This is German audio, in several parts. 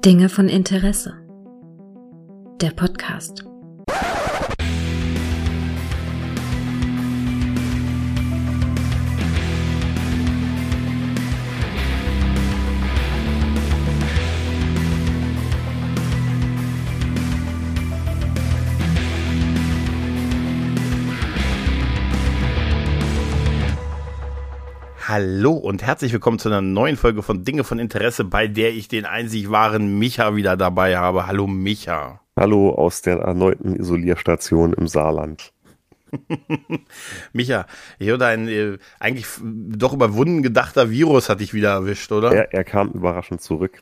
Dinge von Interesse. Der Podcast. Hallo und herzlich willkommen zu einer neuen Folge von Dinge von Interesse, bei der ich den einzig wahren Micha wieder dabei habe. Hallo Micha. Hallo aus der erneuten Isolierstation im Saarland. Micha, ich habe ein eigentlich doch überwunden gedachter Virus hat dich wieder erwischt, oder? Er kam überraschend zurück.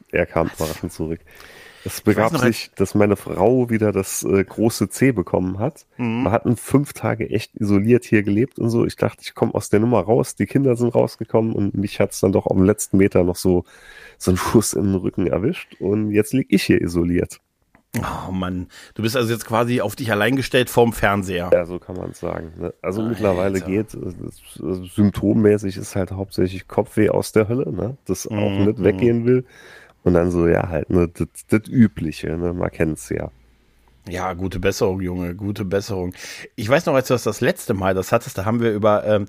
Es begab sich, dass meine Frau wieder das große C bekommen hat. Wir hatten 5 Tage echt isoliert hier gelebt und so. Ich dachte, ich komme aus der Nummer raus. Die Kinder sind rausgekommen und mich hat es dann doch auf dem letzten Meter noch so einen Schuss in den Rücken erwischt. Und jetzt lieg ich hier isoliert. Oh Mann, du bist also jetzt quasi auf dich allein gestellt vorm Fernseher. Ja, so kann man es sagen. Ne? Also mittlerweile geht, symptommäßig ist halt hauptsächlich Kopfweh aus der Hölle, ne? Das auch nicht weggehen will. Und dann so, ja, halt, ne, das Übliche, ne, man kennt's ja. Ja, gute Besserung, Junge, gute Besserung. Ich weiß noch, als du das letzte Mal das hattest, da haben wir über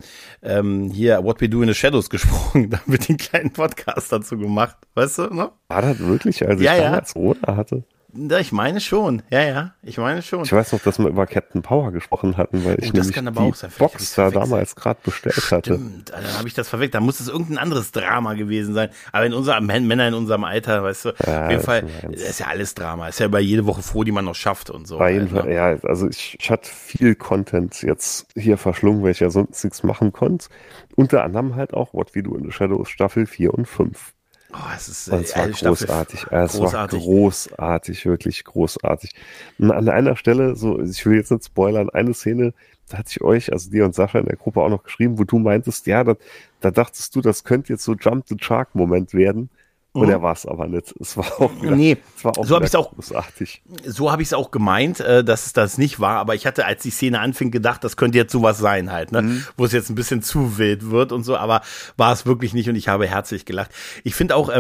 hier What We Do in the Shadows gesprochen. Da haben wir den kleinen Podcast dazu gemacht, weißt du, ne? War das wirklich, als ich damals Corona hatte? Ich meine schon, ich meine schon. Ich weiß noch, dass wir über Captain Power gesprochen hatten, weil ich nämlich die Box da damals gerade bestellt hatte. Stimmt, dann habe ich das verwechselt. Da muss es irgendein anderes Drama gewesen sein. Aber in unserem Männer in unserem Alter, weißt du, auf jeden Fall ist ja alles Drama. Ist ja über jede Woche froh, die man noch schafft und so. Auf jeden Fall, ja, also ich hatte viel Content jetzt hier verschlungen, weil ich ja sonst nichts machen konnte. Unter anderem halt auch What We Do in the Shadows Staffel 4 und 5. Oh, es war großartig. Es war großartig, wirklich großartig. Und an einer Stelle, so, ich will jetzt nicht spoilern, eine Szene, da hatte ich euch, also dir und Sascha in der Gruppe auch noch geschrieben, wo du meintest, ja, da dachtest du, das könnte jetzt so Jump the Shark Moment werden. Und er war es aber nicht. Es war auch wieder, so habe ich es auch großartig. So habe ich es auch gemeint, dass es das nicht war. Aber ich hatte, als die Szene anfing, gedacht, das könnte jetzt sowas sein halt, ne? Wo es jetzt ein bisschen zu wild wird und so. Aber war es wirklich nicht und ich habe herzlich gelacht. Ich finde auch,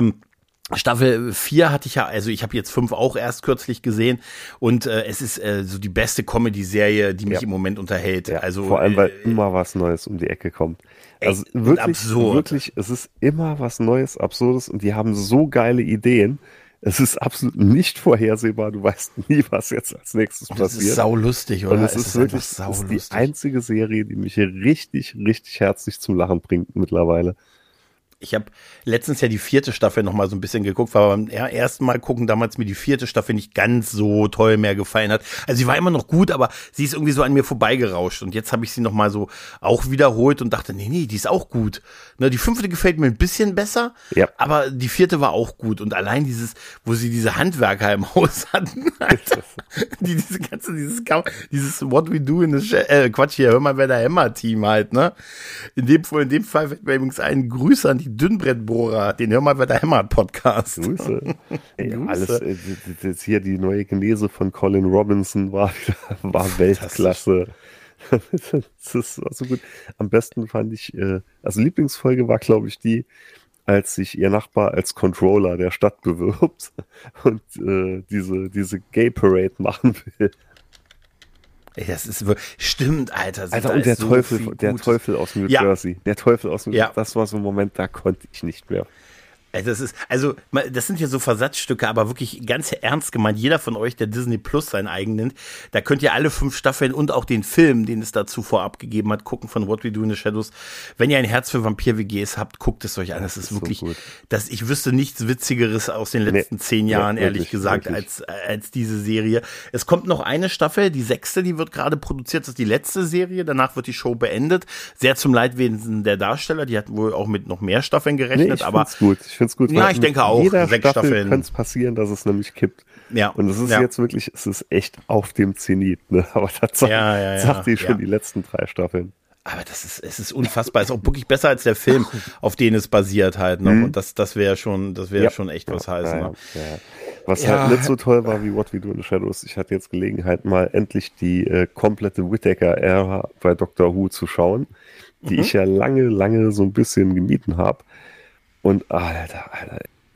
Staffel 4 hatte ich ja, also ich habe jetzt 5 auch erst kürzlich gesehen und es ist so die beste Comedy-Serie, die mich im Moment unterhält. Ja, also vor allem, weil immer was Neues um die Ecke kommt. Also wirklich, es ist immer was Neues, Absurdes und die haben so geile Ideen. Es ist absolut nicht vorhersehbar. Du weißt nie, was jetzt als nächstes passiert. Das ist saulustig, oder? Und es ist wirklich die einzige Serie, die mich hier richtig, richtig herzlich zum Lachen bringt mittlerweile. Ich habe letztens ja die 4. Staffel noch mal so ein bisschen geguckt, weil beim ersten Mal gucken damals mir die 4. Staffel nicht ganz so toll mehr gefallen hat. Also sie war immer noch gut, aber sie ist irgendwie so an mir vorbeigerauscht. Und jetzt habe ich sie noch mal so auch wiederholt und dachte, nee, die ist auch gut. Ne, die 5. gefällt mir ein bisschen besser, aber die 4. war auch gut. Und allein wo sie diese Handwerker im Haus hatten, Alter, dieses What We Do in the Quatsch hier, hör mal, wer der Hammer-Team halt, ne? In dem Fall fällt mir übrigens ein Grüß an die Dünnbrettbohrer, den hör mal, wer der Hammer-Podcast. Grüße. Alles, jetzt hier die neue Genese von Colin Robinson war Weltklasse. Das war so gut. Am besten fand ich, also Lieblingsfolge war, glaube ich, die, als sich ihr Nachbar als Controller der Stadt bewirbt und diese Gay Parade machen will. Ey, das ist wirklich, stimmt, Alter. Und der Teufel aus New Jersey. Der Teufel aus New Jersey. Das war so ein Moment, da konnte ich nicht mehr. Das sind ja so Versatzstücke, aber wirklich ganz ernst gemeint. Jeder von euch, der Disney Plus sein eigen nennt, da könnt ihr alle 5 Staffeln und auch den Film, den es dazu vorab gegeben hat, gucken von What We Do in the Shadows. Wenn ihr ein Herz für Vampir-WGs habt, guckt es euch an. Das ist wirklich, so ich wüsste nichts Witzigeres aus den letzten 10 Jahren, ehrlich gesagt, als diese Serie. Es kommt noch eine Staffel, die 6., die wird gerade produziert, das ist die letzte Serie. Danach wird die Show beendet. Sehr zum Leidwesen der Darsteller. Die hatten wohl auch mit noch mehr Staffeln gerechnet, aber Ich finde es gut. Ja, ich denke auch. Jeder Staffel könnte es passieren, dass es nämlich kippt. Ja. Und es ist jetzt wirklich, es ist echt auf dem Zenit. Ne? Aber das sagt die schon die letzten 3 Staffeln. Aber es ist unfassbar. Ist auch wirklich besser als der Film, auf den es basiert halt noch. Und das wäre schon echt was heißen. Ne? Was halt nicht so toll war wie What We Do in the Shadows. Ich hatte jetzt Gelegenheit, mal endlich die komplette Whittaker-Ära bei Doctor Who zu schauen, die ich ja lange so ein bisschen gemieden habe. Und Alter,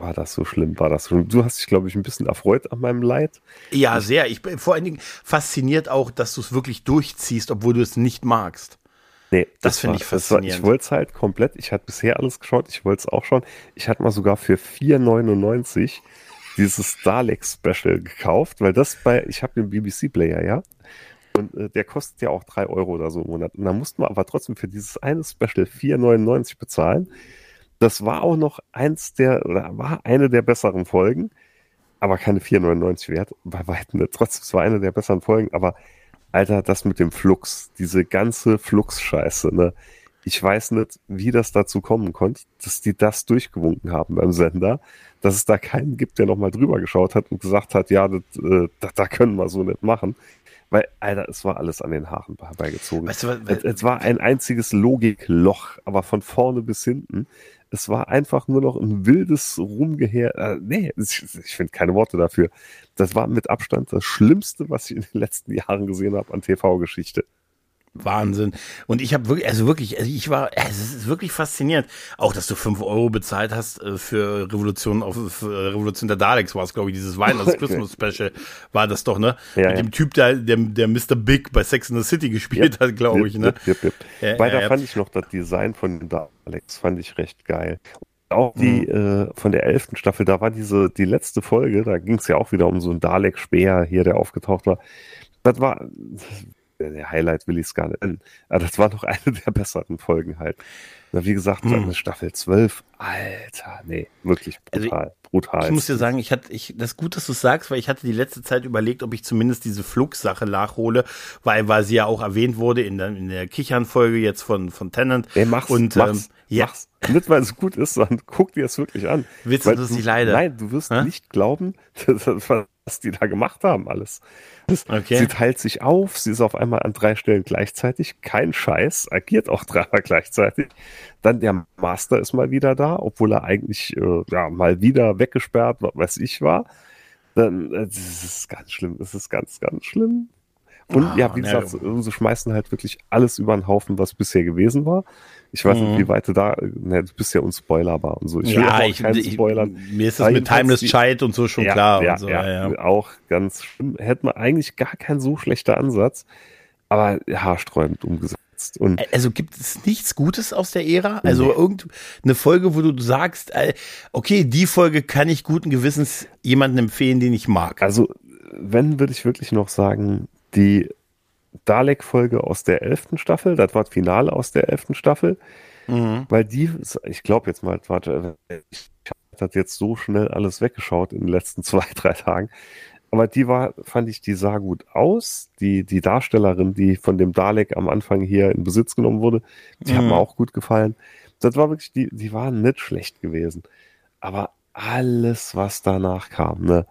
war das so schlimm, war das so schlimm. Du hast dich, glaube ich, ein bisschen erfreut an meinem Leid. Ja, sehr. Ich bin vor allen Dingen fasziniert auch, dass du es wirklich durchziehst, obwohl du es nicht magst. Nee, das finde ich faszinierend. Ich wollte es halt komplett, ich hatte bisher alles geschaut, ich wollte es auch schon. Ich hatte mal sogar für 4,99 dieses Dalek-Special gekauft, weil ich habe den BBC-Player, ja. Und der kostet ja auch 3 Euro oder so im Monat. Und da mussten wir aber trotzdem für dieses eine Special 4,99 bezahlen. Das war auch noch war eine der besseren Folgen, aber keine 4,99 wert, bei weitem nicht. Trotzdem, es war eine der besseren Folgen, aber Alter, das mit dem Flux, diese ganze Flux-Scheiße, ne? Ich weiß nicht, wie das dazu kommen konnte, dass die das durchgewunken haben beim Sender, dass es da keinen gibt, der nochmal drüber geschaut hat und gesagt hat, ja, da können wir so nicht machen. Weil, Alter, es war alles an den Haaren herbeigezogen. Weißt du, es war ein einziges Logikloch, aber von vorne bis hinten. Es war einfach nur noch ein wildes Rumgeher. Ich finde keine Worte dafür. Das war mit Abstand das Schlimmste, was ich in den letzten Jahren gesehen habe an TV-Geschichte. Wahnsinn. Und ich habe wirklich, es ist wirklich faszinierend. Auch, dass du 5 Euro bezahlt hast für Revolution der Daleks war es, glaube ich, dieses Weihnachts-Christmas-Special war das doch, ne? Ja, mit dem Typ, der Mr. Big bei Sex in the City gespielt hat, glaube ich, ne? Da fand ich noch das Design von den Daleks, fand ich recht geil. Auch die von der 11. Staffel, da war die letzte Folge, da ging es ja auch wieder um so einen Dalek-Speer hier, der aufgetaucht war. Das war... Der Highlight will ich es gar nicht nennen. Aber das war noch eine der besseren Folgen halt. Na, wie gesagt, eine Staffel 12, Alter, nee, wirklich brutal. Ich muss dir sagen, das ist gut, dass du es sagst, weil ich hatte die letzte Zeit überlegt, ob ich zumindest diese Flux-Sache nachhole, weil sie ja auch erwähnt wurde in der Kichern-Folge jetzt von Tennant. Mach's. Nicht, weil es gut ist, sondern guck dir es wirklich an. Willst du das nicht leider? Nein, du wirst nicht glauben, was die da gemacht haben alles. Okay. Sie teilt sich auf, sie ist auf einmal an 3 Stellen gleichzeitig, kein Scheiß, agiert auch 3-mal gleichzeitig. Dann der Master ist mal wieder da, obwohl er eigentlich mal wieder weggesperrt, was weiß ich war. Dann, das ist ganz schlimm, das ist ganz, ganz schlimm. Und wie gesagt, sie schmeißen halt wirklich alles über den Haufen, was bisher gewesen war. Ich weiß nicht, wie weit du bist ja unspoilerbar und so. Ich will auch keinen spoilern. Mir ist das mit Timeless Child und so schon klar. Und so. Auch ganz schlimm. Hätte man eigentlich gar kein so schlechter Ansatz, aber haarsträubend umgesetzt. Und also gibt es nichts Gutes aus der Ära? Also irgendeine Folge, wo du sagst, okay, die Folge kann ich guten Gewissens jemandem empfehlen, den ich mag. Also wenn, würde ich wirklich noch sagen, die Dalek-Folge aus der 11. Staffel, das war das Finale aus der 11. Staffel, weil ich glaube jetzt mal, warte, ich habe das jetzt so schnell alles weggeschaut in den letzten 2-3 Tagen, aber fand ich, die sah gut aus, die Darstellerin, die von dem Dalek am Anfang hier in Besitz genommen wurde, die hat mir auch gut gefallen. Das war wirklich, die waren nicht schlecht gewesen, aber alles, was danach kam, ne,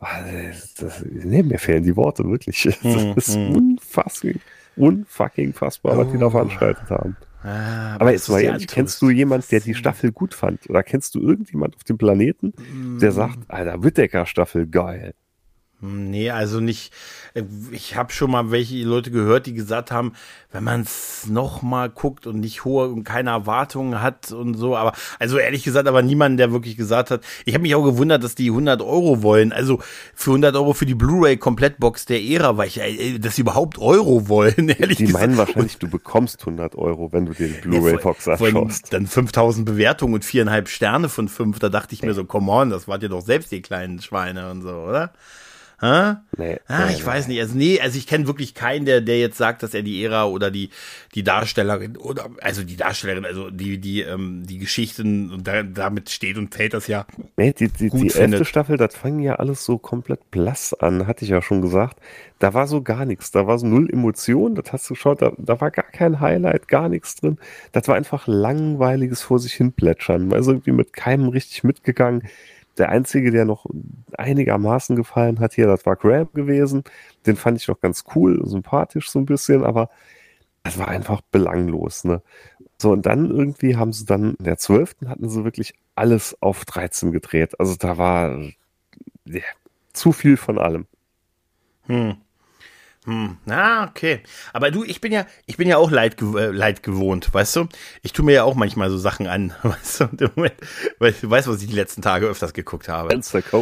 mir fehlen die Worte, wirklich. Das ist unfucking fassbar, was die da veranstaltet haben. Aber jetzt mal ehrlich, kennst du jemanden, der die Staffel gut fand? Oder kennst du irgendjemand auf dem Planeten, der sagt, Alter, Whittaker-Staffel, geil? Nee, also nicht. Ich habe schon mal welche Leute gehört, die gesagt haben, wenn man es nochmal guckt und nicht hohe und keine Erwartungen hat und so, aber also ehrlich gesagt, aber niemand, der wirklich gesagt hat. Ich habe mich auch gewundert, dass die 100 Euro wollen. Also für 100 Euro für die Blu-ray-Komplettbox der Ära, weil dass sie überhaupt Euro wollen, ehrlich gesagt. Die meinen wahrscheinlich, du bekommst 100 Euro, wenn du den Blu-ray-Box anschaust. Dann 5.000 Bewertungen und 4,5 Sterne von 5. Da dachte ich mir so, come on, das wart ihr doch selbst, die kleinen Schweine und so, oder? Ich weiß nicht. Also ich kenne wirklich keinen, der jetzt sagt, dass er die Ära oder die Darstellerin also die Geschichten und damit steht und fällt das ja. Nee, die 11. Staffel, das fangen ja alles so komplett blass an, hatte ich ja schon gesagt. Da war so gar nichts, da war so null Emotion, das hast du geschaut, da war gar kein Highlight, gar nichts drin. Das war einfach langweiliges vor sich hin plätschern. Also irgendwie mit keinem richtig mitgegangen. Der Einzige, der noch einigermaßen gefallen hat hier, das war Graham gewesen. Den fand ich noch ganz cool, sympathisch so ein bisschen, aber das war einfach belanglos, ne? So, und dann irgendwie haben sie dann, in der 12. hatten sie wirklich alles auf 13 gedreht. Also da war zu viel von allem. Okay. Aber du, ich bin ja auch Leid gewohnt, weißt du? Ich tue mir ja auch manchmal so Sachen an, weißt du? Weil du weißt, was ich die letzten Tage öfters geguckt habe.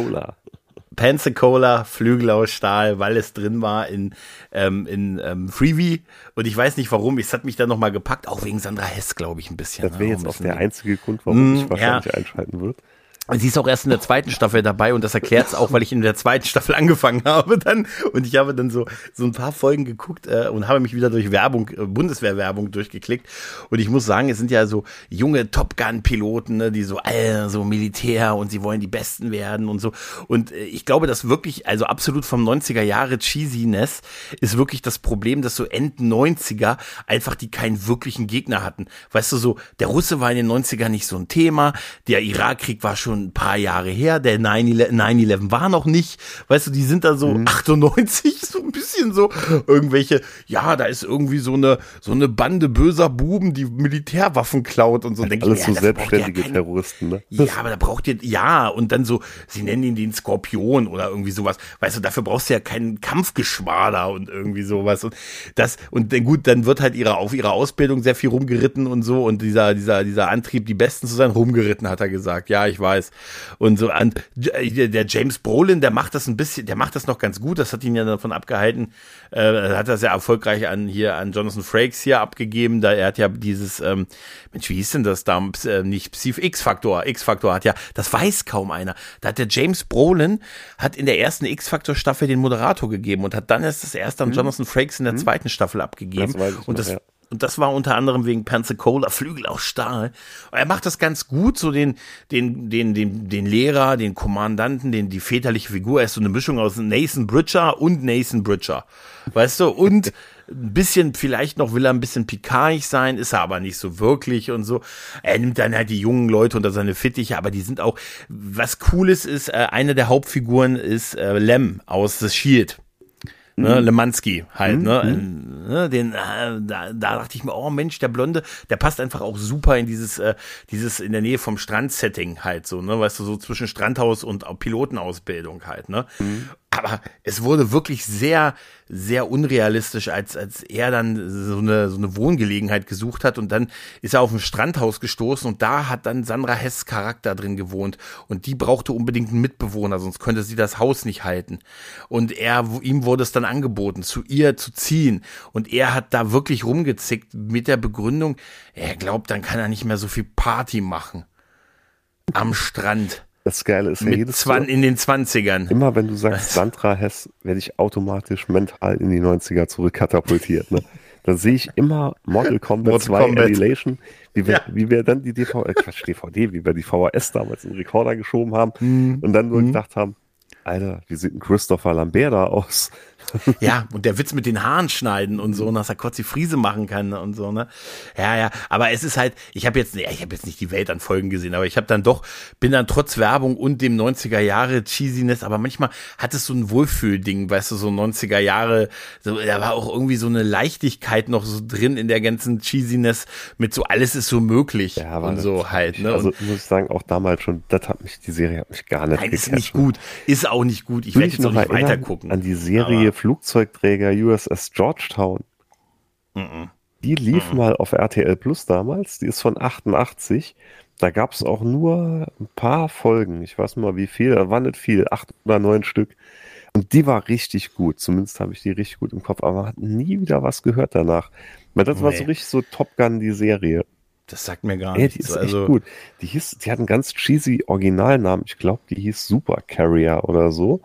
Pensacola, Flügel aus Stahl, weil es drin war in Freebie. Und ich weiß nicht warum, es hat mich dann nochmal gepackt, auch wegen Sandra Hess, glaube ich, ein bisschen. Das wäre jetzt auch der einzige Grund, warum ich wahrscheinlich einschalten würde. Sie ist auch erst in der zweiten Staffel dabei und das erklärt es auch, weil ich in der zweiten Staffel angefangen habe dann und ich habe dann so ein paar Folgen geguckt und habe mich wieder durch Bundeswehrwerbung durchgeklickt und ich muss sagen, es sind ja so junge Top Gun Piloten, ne, die so Militär und sie wollen die Besten werden und so und ich glaube, dass wirklich, also absolut vom 90er Jahre Cheesiness ist wirklich das Problem, dass so Enden 90er einfach die keinen wirklichen Gegner hatten. Weißt du, so der Russe war in den 90er nicht so ein Thema, der Irakkrieg war schon ein paar Jahre her, der 9/11 war noch nicht, weißt du, die sind da so 98, so ein bisschen so irgendwelche, ja, da ist irgendwie so eine Bande böser Buben, die Militärwaffen klaut und so. Denk alles so selbstständige Terroristen, ne? Ja, aber da braucht ihr, ja, und dann so, sie nennen ihn den Skorpion oder irgendwie sowas, weißt du, dafür brauchst du ja keinen Kampfgeschwader und irgendwie sowas und dann wird halt auf ihre Ausbildung sehr viel rumgeritten und so und dieser Antrieb, die Besten zu sein, rumgeritten, hat er gesagt, ja, ich weiß. Und so der James Brolin, der macht das noch ganz gut, das hat ihn ja davon abgehalten, hat das ja erfolgreich an Jonathan Frakes hier abgegeben, er hat ja dieses, Mensch, wie hieß denn das da, nicht X-Factor hat ja, das weiß kaum einer, da hat der James Brolin, hat in der ersten X-Factor-Staffel den Moderator gegeben und hat dann erst das erste an Jonathan Frakes in der zweiten Staffel abgegeben. Und das war unter anderem wegen Pensacola, Flügel aus Stahl. Er macht das ganz gut, so den Lehrer, den Kommandanten, die väterliche Figur. Er ist so eine Mischung aus Nathan Bridger und Nathan Bridger. Weißt du? Und ein bisschen, vielleicht noch will er ein bisschen pikarig sein, ist er aber nicht so wirklich und so. Er nimmt dann halt die jungen Leute unter seine Fittiche, aber die sind auch, was Cooles ist, eine der Hauptfiguren ist Lem aus The Shield. Ne, Lemansky halt, da dachte ich mir, oh Mensch, der Blonde, der passt einfach auch super in dieses in der Nähe vom Strand-Setting halt so, ne, weißt du, so zwischen Strandhaus und Pilotenausbildung halt, ne. Aber es wurde wirklich sehr, sehr unrealistisch, als er dann so eine Wohngelegenheit gesucht hat und dann ist er auf ein Strandhaus gestoßen und da hat dann Sandra Hess Charakter drin gewohnt und die brauchte unbedingt einen Mitbewohner, sonst könnte sie das Haus nicht halten. Und ihm wurde es dann angeboten, zu ihr zu ziehen und er hat da wirklich rumgezickt mit der Begründung, er glaubt, dann kann er nicht mehr so viel Party machen am Strand. Das Geile ist ja jedes Mal in den 20ern. Immer wenn du sagst Sandra Hess, werde ich automatisch mental in die 90er zurückkatapultiert. Ne? Dann sehe ich immer Mortal Kombat 2 Annihilation, wie wir dann die DVD, wie wir die VHS damals in den Rekorder geschoben haben und dann nur gedacht haben, Alter, wie sieht ein Christopher Lambert da aus? Ja, und der Witz mit den Haaren schneiden und so, dass er kurz die Friese machen kann und so, ne? Ja, aber es ist halt, ich habe jetzt nicht die Welt an Folgen gesehen, aber bin dann trotz Werbung und dem 90er Jahre Cheesiness, aber manchmal hat es so ein Wohlfühlding, weißt du, so 90er Jahre, so, da war auch irgendwie so eine Leichtigkeit noch so drin in der ganzen Cheesiness mit so alles ist so möglich ja, und so halt, ne? Also muss ich sagen, auch damals schon, die Serie hat mich gar nicht gecatcht. Ist nicht gut, ist auch nicht gut, ich werde jetzt auch nicht weiter gucken. An die Serie Flugzeugträger USS Georgetown. Die lief mal auf RTL Plus damals, die ist von 88. Da gab es auch nur ein paar Folgen, ich weiß nicht mal wie viel, da war nicht viel, 8 oder 9 Stück. Und die war richtig gut, zumindest habe ich die richtig gut im Kopf, aber man hat nie wieder was gehört danach. Weil das war so richtig so Top Gun, die Serie. Das sagt mir gar nichts. Die ist echt gut. Die hat einen ganz cheesy Originalnamen. Ich glaube, die hieß Super Carrier oder so.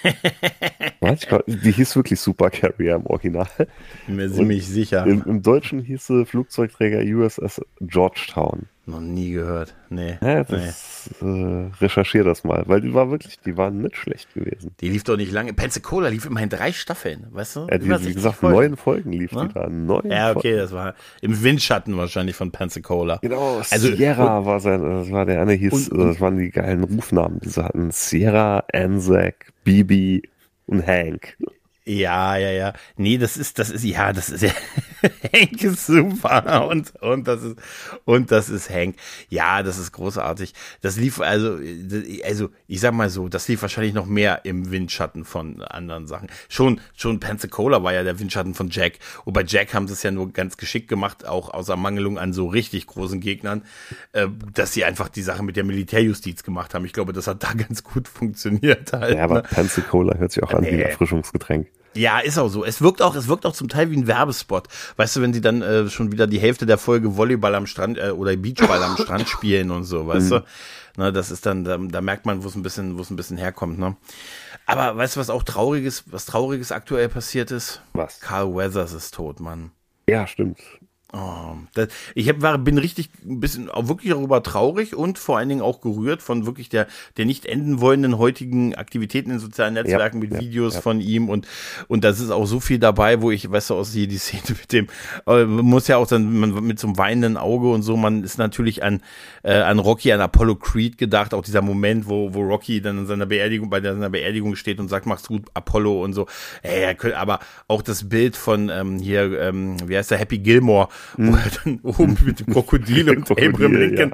Die hieß wirklich Super Carrier im Original. Bin mir ziemlich sicher. Im Deutschen hieß sie Flugzeugträger USS Georgetown. Noch nie gehört. Nee. Ja, recherchier das mal, weil die war nicht schlecht gewesen. Die lief doch nicht lange. Pensacola lief immerhin 3 Staffeln, weißt du? Ja, wie gesagt, 9 Folgen lief die da. 9 ja, okay, das war im Windschatten wahrscheinlich von Pensacola. Genau, Sierra war das war der eine hieß, das waren die geilen Rufnamen, die sie hatten. Sierra, Anzac, Bibi und Hank. Ja. Nee, das ist ja. Hank ist super und das ist Hank. Ja, das ist großartig. Das lief also ich sag mal so, das lief wahrscheinlich noch mehr im Windschatten von anderen Sachen. Schon Pensacola war ja der Windschatten von Jack. Und bei Jack haben sie es ja nur ganz geschickt gemacht, auch aus Ermangelung an so richtig großen Gegnern, dass sie einfach die Sache mit der Militärjustiz gemacht haben. Ich glaube, das hat da ganz gut funktioniert halt. Ja, aber Pensacola hört sich auch an wie ein Erfrischungsgetränk. Ja, ist auch so. Es wirkt auch zum Teil wie ein Werbespot. Weißt du, wenn sie dann schon wieder die Hälfte der Folge Volleyball am Strand oder Beachball am Strand spielen und so, weißt du? Na, das ist dann, da merkt man, wo es ein bisschen herkommt, ne? Aber weißt du, was Trauriges aktuell passiert ist? Was? Carl Weathers ist tot, Mann. Ja, stimmt. Oh, bin richtig ein bisschen auch wirklich darüber traurig und vor allen Dingen auch gerührt von wirklich der nicht enden wollenden heutigen Aktivitäten in sozialen Netzwerken mit Videos von ihm und das ist auch so viel dabei, wo ich, weißt du, aus die Szene mit dem, man muss ja auch dann mit so einem weinenden Auge und so, man ist natürlich an Rocky, an Apollo Creed gedacht, auch dieser Moment, wo Rocky dann bei seiner Beerdigung steht und sagt, mach's gut, Apollo und so, aber auch das Bild von wie heißt der, Happy Gilmore, wo er dann oben mit dem Krokodil und Abraham Lincoln,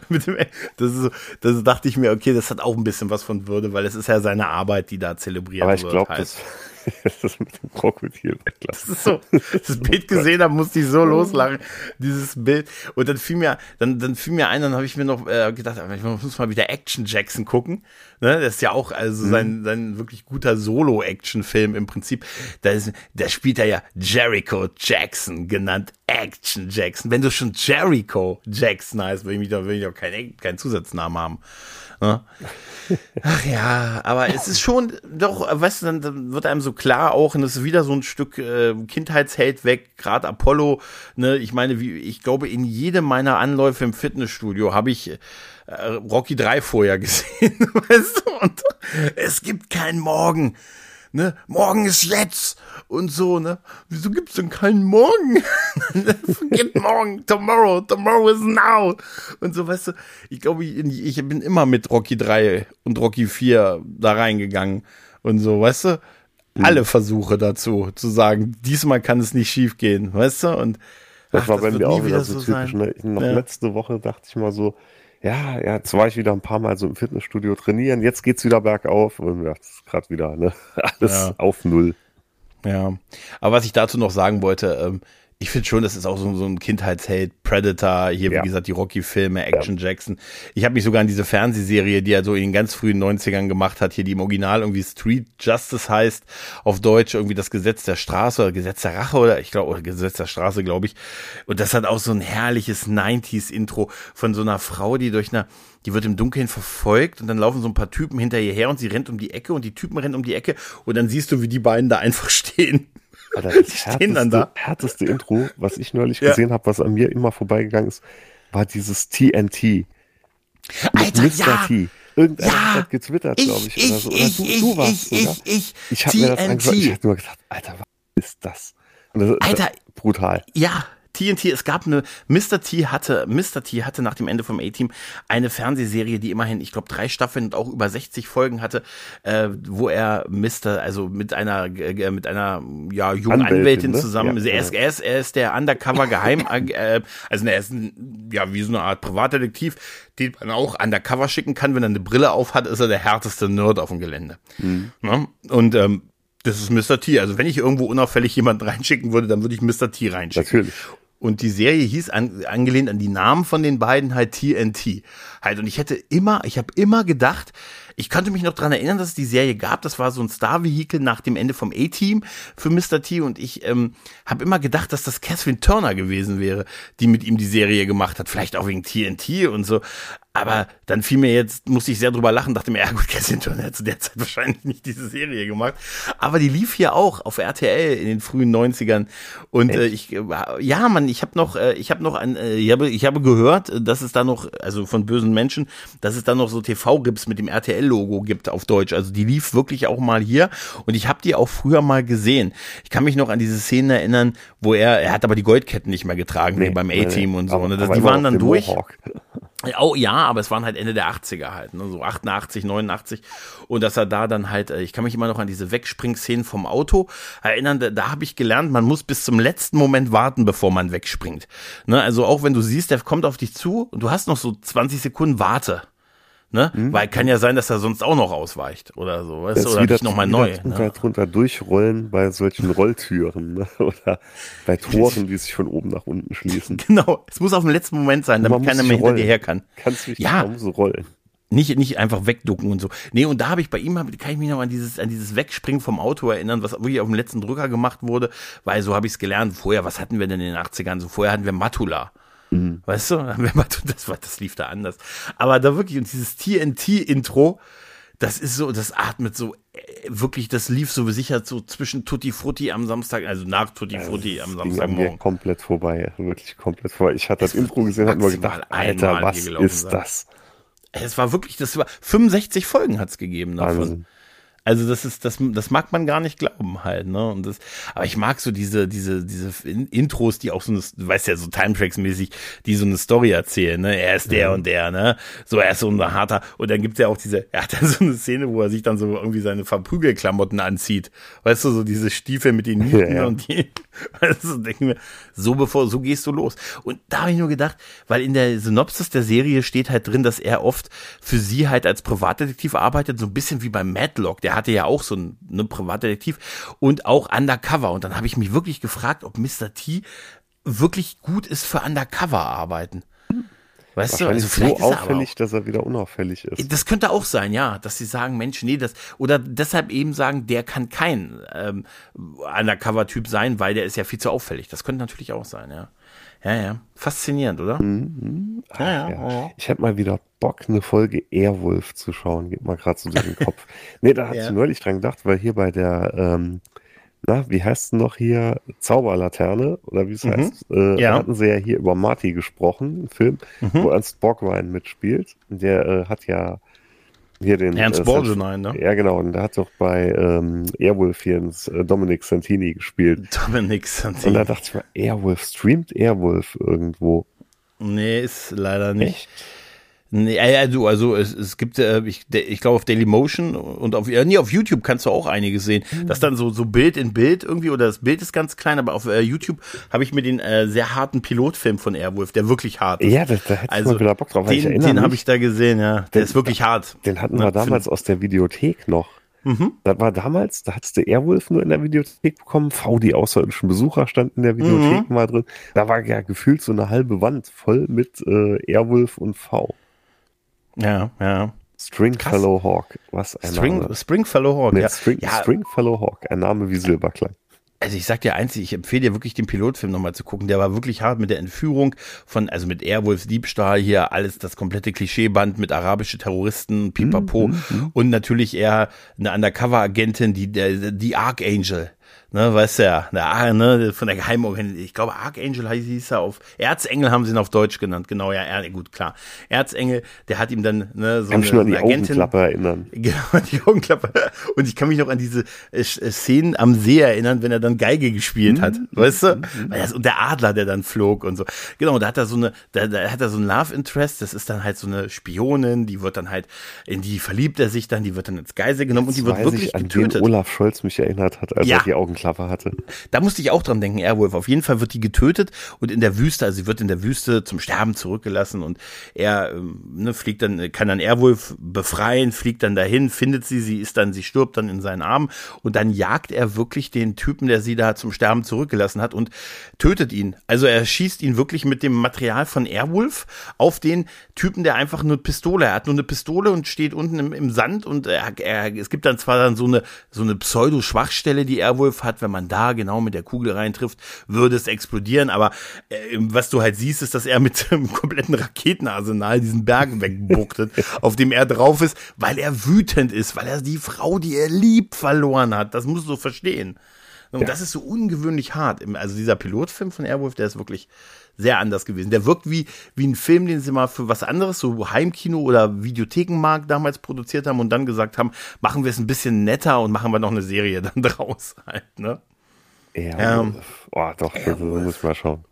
das dachte ich mir, okay, das hat auch ein bisschen was von Würde, weil es ist ja seine Arbeit, die da zelebriert wird. Aber ich glaube, das mit dem Krokodil war klasse. Das ist so, das Bild gesehen habe, musste ich so loslachen, dieses Bild. Und dann fiel mir ein, dann habe ich mir noch gedacht, ich muss mal wieder Action Jackson gucken. Ne? Das ist ja auch also sein wirklich guter Solo-Action-Film im Prinzip. Da spielt er ja Jericho Jackson, genannt Action Jackson. Wenn du schon Jericho Jackson heißt, will ich doch keinen Zusatznamen haben. Ja. Ach ja, aber es ist schon doch, weißt du, dann wird einem so klar auch, und es ist wieder so ein Stück Kindheitsheld weg, gerade Apollo, ne, ich meine, ich glaube, in jedem meiner Anläufe im Fitnessstudio habe ich Rocky 3 vorher gesehen, weißt du, und es gibt keinen Morgen. Ne, morgen ist jetzt und so, ne? Wieso gibt's denn keinen Morgen? Forget morgen, tomorrow is now. Und so, weißt du, ich glaube, ich bin immer mit Rocky 3 und Rocky 4 da reingegangen und so, weißt du? Alle Versuche dazu, zu sagen, diesmal kann es nicht schief gehen, weißt du? Und das war bei mir auch wieder so typisch, ne? Letzte Woche dachte ich mal so, ja, jetzt war ich wieder ein paar Mal so im Fitnessstudio trainieren, jetzt geht's wieder bergauf und ja, das ist gerade wieder, ne, alles auf Null. Ja, aber was ich dazu noch sagen wollte, ich finde schon, das ist auch so ein Kindheitsheld, Predator, hier wie gesagt die Rocky-Filme, Action Jackson. Ich habe mich sogar an diese Fernsehserie, die er so in den ganz frühen 90ern gemacht hat, hier die im Original irgendwie Street Justice heißt, auf Deutsch irgendwie das Gesetz der Straße oder Gesetz der Rache oder Gesetz der Straße, glaube ich. Und das hat auch so ein herrliches 90s-Intro von so einer Frau, die wird im Dunkeln verfolgt und dann laufen so ein paar Typen hinter ihr her und sie rennt um die Ecke und die Typen rennen um die Ecke und dann siehst du, wie die beiden da einfach stehen. Alter, das härteste Intro, was ich neulich gesehen habe, was an mir immer vorbeigegangen ist, war dieses TNT. Alter, Mr. T. Irgendeiner hat getwittert, glaube ich. Oder so. Oder du warst, oder? Ich habe mir das angeschaut, ich habe nur gedacht, Alter, was ist das? Und das Alter, brutal. Ja. TNT, es gab Mr. T hatte nach dem Ende vom A-Team eine Fernsehserie, die immerhin, ich glaube, 3 Staffeln und auch über 60 Folgen hatte, wo er mit einer jungen Anwältin ne? zusammen, ja, er ist der Undercover Geheim, er ist wie so eine Art Privatdetektiv, den man auch undercover schicken kann, wenn er eine Brille auf hat, ist er der härteste Nerd auf dem Gelände. Ja? Und das ist Mr. T. Also wenn ich irgendwo unauffällig jemanden reinschicken würde, dann würde ich Mr. T reinschicken. Natürlich. Und die Serie hieß angelehnt an die Namen von den beiden halt TNT. Halt, und ich habe immer gedacht, ich könnte mich noch dran erinnern, dass es die Serie gab. Das war so ein Star-Vehikel nach dem Ende vom A-Team für Mr. T. Und ich habe immer gedacht, dass das Catherine Turner gewesen wäre, die mit ihm die Serie gemacht hat. Vielleicht auch wegen TNT und so. Aber dann musste ich sehr drüber lachen, dachte mir, ja gut, Catherine Turner hat zu der Zeit wahrscheinlich nicht diese Serie gemacht. Aber die lief hier auch auf RTL in den frühen 90ern. Und ich habe gehört, dass es da noch, also von bösen Menschen, dass es da noch so TV-Rips mit dem RTL-Logo gibt auf Deutsch. Also die lief wirklich auch mal hier. Und ich habe die auch früher mal gesehen. Ich kann mich noch an diese Szenen erinnern, wo er hat aber die Goldketten nicht mehr getragen, wie beim A-Team und so. Aber die waren dann durch. Mohawk. Oh ja, aber es waren halt Ende der 80er halt, ne? So 88, 89 und dass er da dann halt, ich kann mich immer noch an diese Wegspringszenen vom Auto erinnern, da habe ich gelernt, man muss bis zum letzten Moment warten, bevor man wegspringt. Ne? Also auch wenn du siehst, der kommt auf dich zu und du hast noch so 20 Sekunden Warte. Ne? Weil kann ja sein, dass er sonst auch noch ausweicht oder so, weißt du, oder nicht nochmal neu. Drunter durchrollen bei solchen Rolltüren, ne? Oder bei Toren, die sich von oben nach unten schließen. Genau, es muss auf dem letzten Moment sein, damit keiner mehr hinter dir her kann. Kannst mich so rollen. Nicht einfach wegducken und so. Nee, und da habe ich bei ihm, kann ich mich noch an dieses Wegspringen vom Auto erinnern, was wirklich auf dem letzten Drücker gemacht wurde, weil so habe ich es gelernt. Vorher, was hatten wir denn in den 80ern? So vorher hatten wir Matula. Weißt du, das lief da anders. Aber da wirklich, und dieses TNT-Intro, das ist so, das atmet so, wirklich, das lief so sicher so zwischen Tutti Frutti am Samstag, also nach Tutti Frutti am Samstagmorgen. Komplett vorbei, wirklich komplett vorbei. Ich hatte das Intro gesehen, habe nur gedacht, Alter, was ist das? Es war wirklich, 65 Folgen hat's gegeben davon. Wahnsinn. Also das mag man gar nicht glauben halt, ne? Und aber ich mag so diese Intros, die auch so eine, du weißt ja, so Time-Tracks-mäßig, die so eine Story erzählen, ne? Er ist der und der, ne? So, er ist so ein harter, und dann gibt's ja auch er hat ja so eine Szene, wo er sich dann so irgendwie seine Verprügelklamotten anzieht. Weißt du, so diese Stiefel mit den Nieten und die, weißt du, denken wir, so gehst du los. Und da habe ich nur gedacht, weil in der Synopsis der Serie steht halt drin, dass er oft für sie halt als Privatdetektiv arbeitet, so ein bisschen wie beim Matlock, der hatte ja auch so ein Privatdetektiv und auch Undercover. Und dann habe ich mich wirklich gefragt, ob Mr. T wirklich gut ist für Undercover-Arbeiten. Weißt du, also vielleicht so auffällig, dass er wieder unauffällig ist. Das könnte auch sein, ja, dass sie sagen, Mensch, nee, oder deshalb eben sagen, der kann kein Undercover-Typ sein, weil der ist ja viel zu auffällig. Das könnte natürlich auch sein, ja. Ja. Faszinierend, oder? Ja. Ich hätte mal wieder Bock, eine Folge Airwolf zu schauen. Geht mal gerade so durch den Kopf. Nee, da hatte ich neulich dran gedacht, weil hier bei der, wie heißt es noch hier? Zauberlaterne, oder wie es heißt? Da hatten sie ja hier über Marty gesprochen, einen Film, wo Ernst Borgnine mitspielt. Der hat ja hier den Ernst Borgnine, ne? Ja, genau. Und der hat doch bei Airwolf hier Dominic Santini gespielt. Dominic Santini. Und da dachte ich mal, Streamt Airwolf irgendwo? Nee, ist leider nicht. Echt? Nee, also es gibt, ich glaube auf Dailymotion und auf YouTube kannst du auch einiges sehen. Das dann so Bild in Bild irgendwie, oder das Bild ist ganz klein, aber auf YouTube habe ich mir den sehr harten Pilotfilm von Airwolf, der wirklich hart ist. Ja, da hätte ich mal wieder Bock drauf. Den habe ich da gesehen, ja. Der ist wirklich hart. Den hatten wir damals aus der Videothek noch. Das war damals, da hattest du Airwolf nur in der Videothek bekommen, die außerirdischen Besucher standen in der Videothek mal drin. Da war ja gefühlt so eine halbe Wand voll mit Airwolf und V. Ja. Stringfellow Hawk, was ein Name. Stringfellow Hawk, ja. Stringfellow Hawk, ein Name wie Silberklang. Also ich sag dir eins, ich empfehle dir wirklich den Pilotfilm nochmal zu gucken, der war wirklich hart mit der Entführung also mit Airwolfs Diebstahl hier, alles das komplette Klischeeband mit arabische Terroristen, Pipapo und natürlich eher eine Undercover-Agentin, die Archangel. Ne, weißt du ja, von der Geheimorganisation, ich glaube Archangel hieß er Erzengel haben sie ihn auf Deutsch genannt, genau, ja, gut, klar. Erzengel, der hat ihm dann, so kann mich nur an die Augenklappe erinnern. Genau, die Augenklappe. Und ich kann mich noch an diese Szenen am See erinnern, wenn er dann Geige gespielt hat, weißt du? Und der Adler, der dann flog und so. Genau, da hat er da hat er so ein Love Interest, das ist dann halt so eine Spionin, die wird dann halt, in die verliebt er sich dann, die wird dann ins Geisel genommen und die wird wirklich getötet. An den Olaf Scholz mich erinnert hat, als er die Augenklappe hatte. Da musste ich auch dran denken, Airwolf. Auf jeden Fall wird die getötet und in der Wüste, also sie wird in der Wüste zum Sterben zurückgelassen und er fliegt dann, kann dann Airwolf befreien, fliegt dann dahin, findet sie stirbt dann in seinen Armen und dann jagt er wirklich den Typen, der sie da zum Sterben zurückgelassen hat und tötet ihn. Also er schießt ihn wirklich mit dem Material von Airwolf auf den Typen, der einfach nur Pistole, er hat nur eine Pistole und steht unten im Sand und es gibt dann zwar dann so eine Pseudo-Schwachstelle, die Airwolf hat, wenn man da genau mit der Kugel reintrifft, würde es explodieren, aber was du halt siehst, ist, dass er mit einem kompletten Raketenarsenal diesen Berg wegbuchtet, auf dem er drauf ist, weil er wütend ist, weil er die Frau, die er liebt, verloren hat. Das musst du verstehen. Und das ist so ungewöhnlich hart. Also dieser Pilotfilm von Airwolf, der ist wirklich sehr anders gewesen. Der wirkt wie ein Film, den sie mal für was anderes, so Heimkino oder Videothekenmarkt damals produziert haben und dann gesagt haben, machen wir es ein bisschen netter und machen wir noch eine Serie dann draus halt, ne? Doch, das muss ich mal schauen.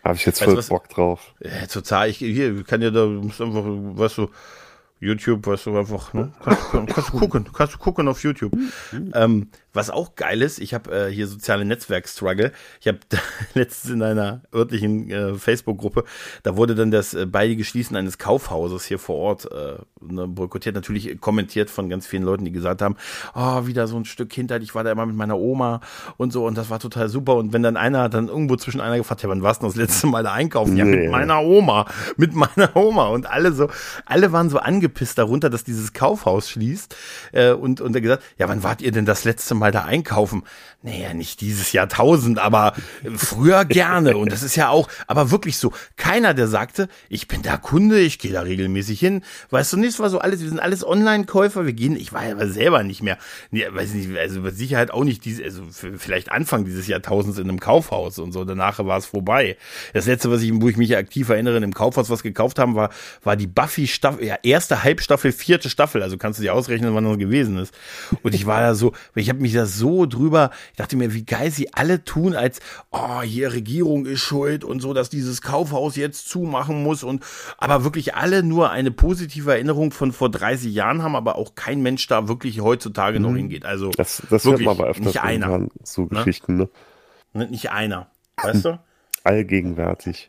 Habe ich jetzt voll Bock drauf. Ja, total. Hier kann ja da, einfach, weißt du, YouTube, weißt du, einfach, ne? Kannst du gucken auf YouTube. Was auch geil ist, ich habe hier soziale Netzwerk-Struggle. Ich habe letztens in einer örtlichen Facebook-Gruppe, da wurde dann das baldige Schließen eines Kaufhauses hier vor Ort boykottiert, natürlich kommentiert von ganz vielen Leuten, die gesagt haben, oh, wieder so ein Stück Kindheit, ich war da immer mit meiner Oma und so und das war total super. Und wenn dann irgendwo zwischen einer gefragt, ja, wann warst du das letzte Mal da einkaufen? Ja, mit meiner Oma. Und alle waren so angepisst darunter, dass dieses Kaufhaus schließt und er gesagt, ja, wann wart ihr denn das letzte Mal da einkaufen? Naja, nicht dieses Jahrtausend, aber früher gerne. Und das ist ja auch, aber wirklich so, keiner, der sagte, ich bin da Kunde, ich gehe da regelmäßig hin. Weißt du nicht, es war so alles, wir sind alles Online-Käufer, ich war ja selber nicht mehr, weiß nicht, also mit Sicherheit auch nicht vielleicht Anfang dieses Jahrtausends in einem Kaufhaus und so, danach war es vorbei. Das letzte, wo ich mich aktiv erinnere, in einem Kaufhaus was gekauft haben, war die Buffy-Staffel, ja, erste Halbstaffel, 4. Staffel, also kannst du dir ausrechnen, wann das gewesen ist. Und ich war da so, ich habe mich da so drüber, ich dachte mir, wie geil sie alle tun, als, oh, hier Regierung ist schuld und so, dass dieses Kaufhaus jetzt zumachen muss aber wirklich alle nur eine positive Erinnerung von vor 30 Jahren haben, aber auch kein Mensch da wirklich heutzutage noch hingeht. Also, das hört man aber öfters nicht einer. So Geschichten, ne? Nicht einer, weißt du? Allgegenwärtig.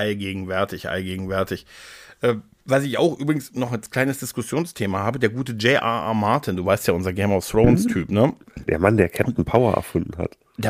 Was ich auch übrigens noch als kleines Diskussionsthema habe, der gute J.R.R. Martin, du weißt ja, unser Game of Thrones-Typ, ne? Der Mann, der Captain Power erfunden hat. Ja,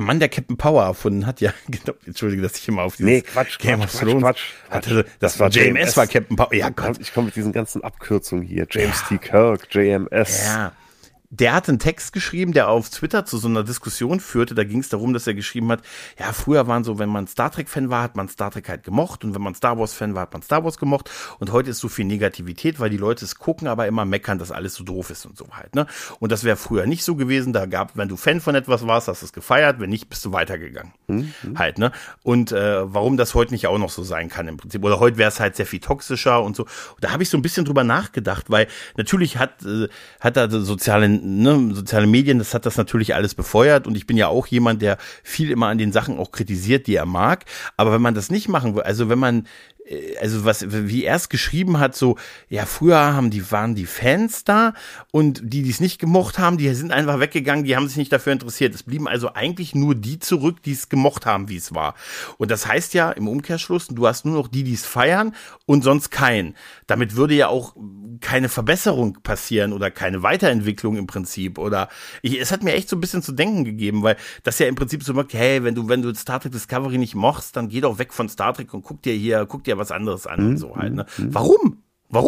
genau, entschuldige, dass ich immer auf dieses Game of Thrones hatte. Das war JMS, war Captain Power. Ja, Gott. Ich komme mit diesen ganzen Abkürzungen hier. James T. Kirk, JMS. Ja. Der hat einen Text geschrieben, der auf Twitter zu so einer Diskussion führte. Da ging es darum, dass er geschrieben hat, ja, früher waren so, wenn man Star Trek-Fan war, hat man Star Trek halt gemocht und wenn man Star Wars-Fan war, hat man Star Wars gemocht und heute ist so viel Negativität, weil die Leute es gucken, aber immer meckern, dass alles so doof ist und so halt, ne? Und das wäre früher nicht so gewesen, wenn du Fan von etwas warst, hast du es gefeiert, wenn nicht, bist du weitergegangen. Halt, ne? Und warum das heute nicht auch noch so sein kann im Prinzip, oder heute wäre es halt sehr viel toxischer und so. Und da habe ich so ein bisschen drüber nachgedacht, weil natürlich hat da soziale Medien, das hat das natürlich alles befeuert und ich bin ja auch jemand, der viel immer an den Sachen auch kritisiert, die er mag, aber wenn man das nicht machen will, also wenn man wie er es geschrieben hat, so, ja, früher waren die Fans da und die es nicht gemocht haben, die sind einfach weggegangen, die haben sich nicht dafür interessiert. Es blieben also eigentlich nur die zurück, die es gemocht haben, wie es war. Und das heißt ja im Umkehrschluss, du hast nur noch die es feiern und sonst keinen. Damit würde ja auch keine Verbesserung passieren oder keine Weiterentwicklung im Prinzip. Es hat mir echt so ein bisschen zu denken gegeben, weil das ja im Prinzip so macht, hey, wenn du Star Trek Discovery nicht mochst, dann geh doch weg von Star Trek und guck dir was anderes an und so halt, ne? Warum?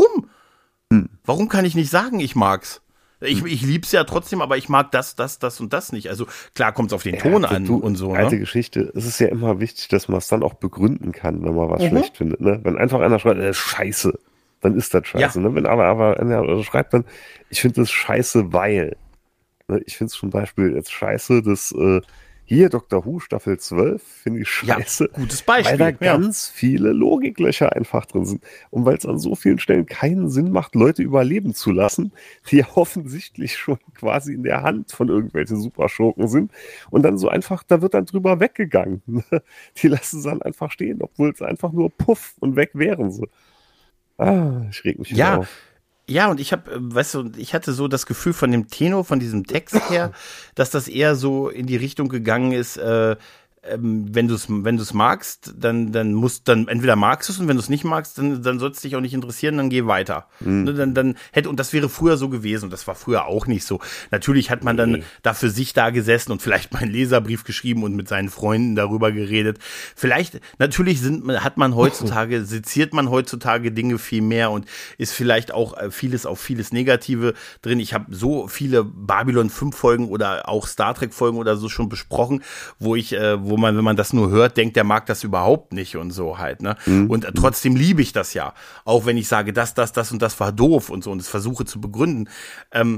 Warum kann ich nicht sagen, ich mag's? Ich lieb's ja trotzdem, aber ich mag das und das nicht. Also klar kommt's auf den Ton an und so. Alte Geschichte, es ist ja immer wichtig, dass man es dann auch begründen kann, wenn man was schlecht findet. Ne? Wenn einfach einer schreibt, das ist scheiße, dann ist das scheiße. Ja. Ne? Wenn aber einer schreibt dann, ich finde das scheiße, weil. Ne? Ich finde es zum Beispiel jetzt scheiße, dass hier Dr. Who Staffel 12 finde ich scheiße. Ja, gutes Beispiel. Weil da ganz viele Logiklöcher einfach drin sind. Und weil es an so vielen Stellen keinen Sinn macht, Leute überleben zu lassen, die ja offensichtlich schon quasi in der Hand von irgendwelchen Superschurken sind. Und dann so einfach, da wird dann drüber weggegangen. Die lassen es dann einfach stehen, obwohl es einfach nur puff und weg wären sie. Ich reg mich wieder auf. Ja, und ich hatte so das Gefühl von dem Tenor, von diesem Text her, dass das eher so in die Richtung gegangen ist, wenn du es magst, dann entweder magst du es und wenn du es nicht magst, dann soll es dich auch nicht interessieren, dann geh weiter. Und das wäre früher so gewesen und das war früher auch nicht so. Natürlich hat man dann da für sich da gesessen und vielleicht mal einen Leserbrief geschrieben und mit seinen Freunden darüber geredet. Natürlich seziert man heutzutage Dinge viel mehr und ist vielleicht auch vieles Negative drin. Ich habe so viele Babylon 5 Folgen oder auch Star Trek Folgen oder so schon besprochen, wo man, wenn man das nur hört, denkt, der mag das überhaupt nicht und so halt, ne? Und trotzdem liebe ich das ja. Auch wenn ich sage, das und das war doof und so und es versuche zu begründen.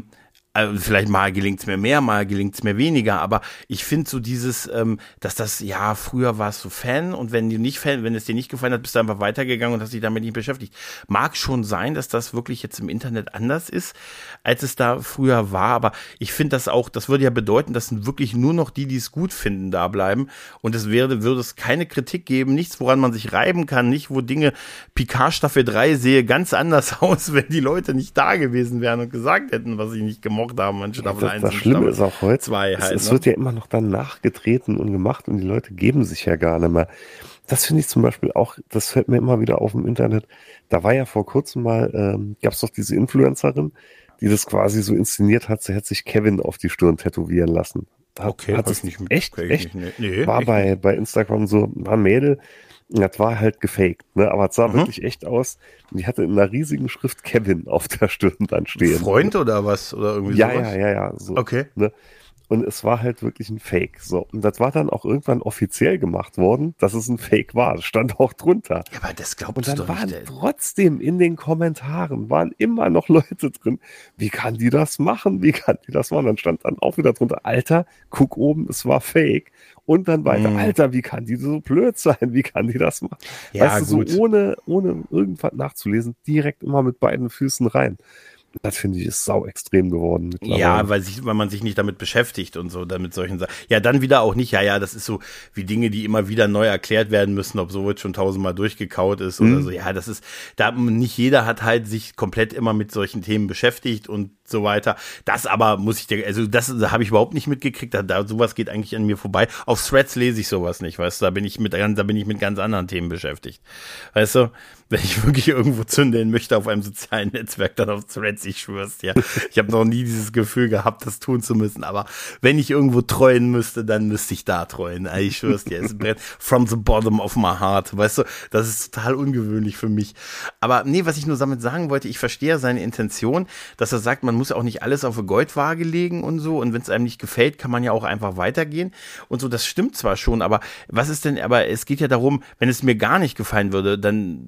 Vielleicht mal gelingt es mir mehr, mal gelingt es mir weniger, aber ich finde so dieses, dass das, ja, früher warst du Fan und wenn es dir nicht gefallen hat, bist du einfach weitergegangen und hast dich damit nicht beschäftigt. Mag schon sein, dass das wirklich jetzt im Internet anders ist, als es da früher war, aber ich finde das auch, das würde ja bedeuten, dass wirklich nur noch die es gut finden, da bleiben und würde es keine Kritik geben, nichts, woran man sich reiben kann, nicht, wo Dinge, Picard Staffel 3 sehe ganz anders aus, wenn die Leute nicht da gewesen wären und gesagt hätten, was ich nicht gemocht haben an Staffel 1 das Schlimme ist auch heute, 2 halt, es wird ja immer noch dann nachgetreten und gemacht und die Leute geben sich ja gar nicht mehr. Das finde ich zum Beispiel auch, das fällt mir immer wieder auf im Internet. Da war ja vor kurzem mal, gab es doch diese Influencerin, die das quasi so inszeniert hat, sie hat sich Kevin auf die Stirn tätowieren lassen. Hat sich nicht echt? Nee, war bei Instagram so, war ein Mädel, das war halt gefaked, ne? Aber es sah wirklich echt aus. Und die hatte in einer riesigen Schrift Kevin auf der Stirn dann stehen. Freund oder was? Oder irgendwie sowas? Ja. So, okay. Ne? Und es war halt wirklich ein Fake. So. Und das war dann auch irgendwann offiziell gemacht worden, dass es ein Fake war. Das stand auch drunter. Ja, aber das glaubst du doch nicht. Und dann waren trotzdem in den Kommentaren waren immer noch Leute drin. Wie kann die das machen? Dann stand dann auch wieder drunter, Alter, guck oben, es war Fake. Und dann weiter, Alter, wie kann die so blöd sein? Wie kann die das machen? Ja, weißt du, gut. so ohne irgendwas nachzulesen, direkt immer mit beiden Füßen rein. Das finde ich ist sau extrem geworden. Ja, weil man sich nicht damit beschäftigt und so, damit solchen Sachen. Ja, dann wieder auch nicht. Ja, das ist so wie Dinge, die immer wieder neu erklärt werden müssen, ob sowas schon 1000-mal durchgekaut ist oder so. Ja, das ist, da nicht jeder hat halt sich komplett immer mit solchen Themen beschäftigt und so weiter. Das aber das habe ich überhaupt nicht mitgekriegt. Sowas geht eigentlich an mir vorbei. Auf Threads lese ich sowas nicht, weißt du. Da bin ich mit ganz anderen Themen beschäftigt. Weißt du, wenn ich wirklich irgendwo zündeln möchte auf einem sozialen Netzwerk, dann auf Threads, ich schwör's dir. Ich habe noch nie dieses Gefühl gehabt, das tun zu müssen. Aber wenn ich irgendwo treuen müsste, dann müsste ich da treuen. Ich schwör's dir, es brennt from the bottom of my heart. Weißt du, das ist total ungewöhnlich für mich. Aber nee, was ich nur damit sagen wollte, ich verstehe seine Intention, dass er sagt, man muss auch nicht alles auf eine Goldwaage legen und so. Und wenn es einem nicht gefällt, kann man ja auch einfach weitergehen. Und so, das stimmt zwar schon, aber aber es geht ja darum, wenn es mir gar nicht gefallen würde,